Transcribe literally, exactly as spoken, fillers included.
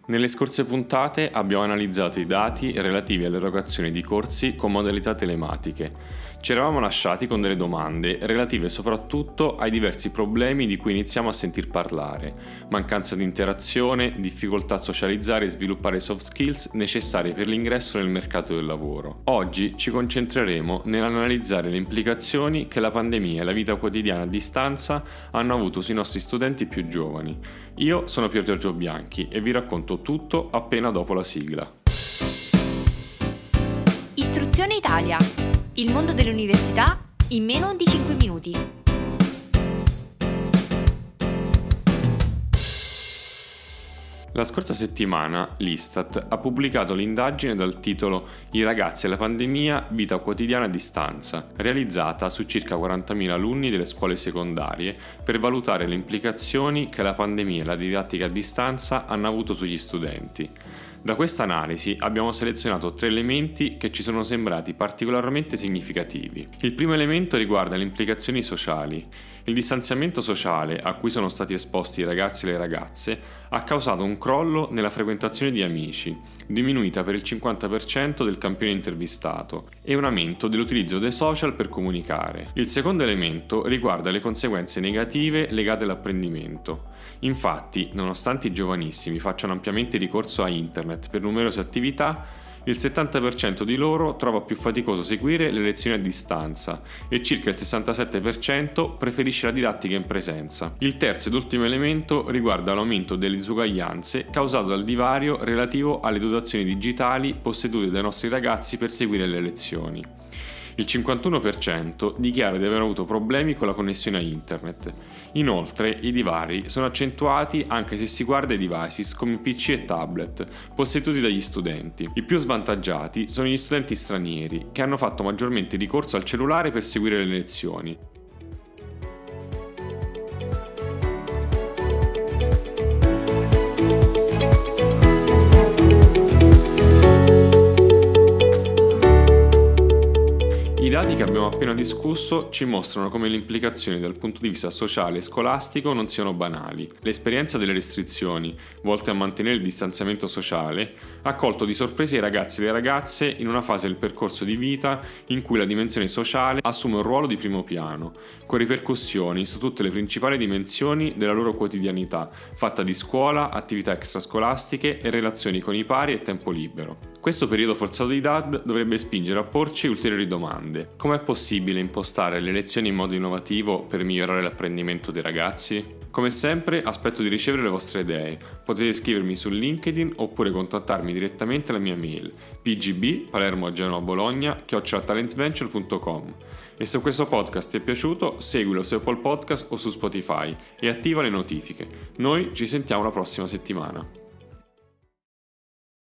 Nelle scorse puntate abbiamo analizzato i dati relativi all'erogazione di corsi con modalità telematiche. Ci eravamo lasciati con delle domande relative soprattutto ai diversi problemi di cui iniziamo a sentir parlare: mancanza di interazione, difficoltà a socializzare e sviluppare soft skills necessarie per l'ingresso nel mercato del lavoro. Oggi ci concentreremo nell'analizzare le implicazioni che la pandemia e la vita quotidiana a distanza hanno avuto sui nostri studenti più giovani. Io sono Pier Giorgio Bianchi e vi racconto tutto appena dopo la sigla. Istruzione Italia, il mondo delle università in meno di cinque minuti. La scorsa settimana l'Istat ha pubblicato l'indagine dal titolo I ragazzi e la pandemia, vita quotidiana a distanza, realizzata su circa quarantamila alunni delle scuole secondarie per valutare le implicazioni che la pandemia e la didattica a distanza hanno avuto sugli studenti. Da questa analisi abbiamo selezionato tre elementi che ci sono sembrati particolarmente significativi. Il primo elemento riguarda le implicazioni sociali. Il distanziamento sociale a cui sono stati esposti i ragazzi e le ragazze ha causato un crollo nella frequentazione di amici, diminuita per il cinquanta per cento del campione intervistato, e un aumento dell'utilizzo dei social per comunicare. Il secondo elemento riguarda le conseguenze negative legate all'apprendimento. Infatti, nonostante i giovanissimi facciano ampiamente ricorso a internet per numerose attività, il settanta per cento di loro trova più faticoso seguire le lezioni a distanza e circa il sessantasette per cento preferisce la didattica in presenza. Il terzo ed ultimo elemento riguarda l'aumento delle disuguaglianze causato dal divario relativo alle dotazioni digitali possedute dai nostri ragazzi per seguire le lezioni. Il cinquantuno per cento dichiara di aver avuto problemi con la connessione a internet. Inoltre, i divari sono accentuati anche se si guarda i devices come P C e tablet posseduti dagli studenti. I più svantaggiati sono gli studenti stranieri, che hanno fatto maggiormente ricorso al cellulare per seguire le lezioni. I dati che abbiamo appena discusso ci mostrano come le implicazioni dal punto di vista sociale e scolastico non siano banali. L'esperienza delle restrizioni, volte a mantenere il distanziamento sociale, ha colto di sorpresa i ragazzi e le ragazze in una fase del percorso di vita in cui la dimensione sociale assume un ruolo di primo piano, con ripercussioni su tutte le principali dimensioni della loro quotidianità, fatta di scuola, attività extrascolastiche e relazioni con i pari e tempo libero. Questo periodo forzato di D A D dovrebbe spingere a porci ulteriori domande. Com'è possibile impostare le lezioni in modo innovativo per migliorare l'apprendimento dei ragazzi? Come sempre, aspetto di ricevere le vostre idee. Potete scrivermi su LinkedIn oppure contattarmi direttamente alla mia mail p g b palermo genova bologna chiocciola talentsventure punto com. E se questo podcast ti è piaciuto, seguilo su Apple Podcast o su Spotify e attiva le notifiche. Noi ci sentiamo la prossima settimana.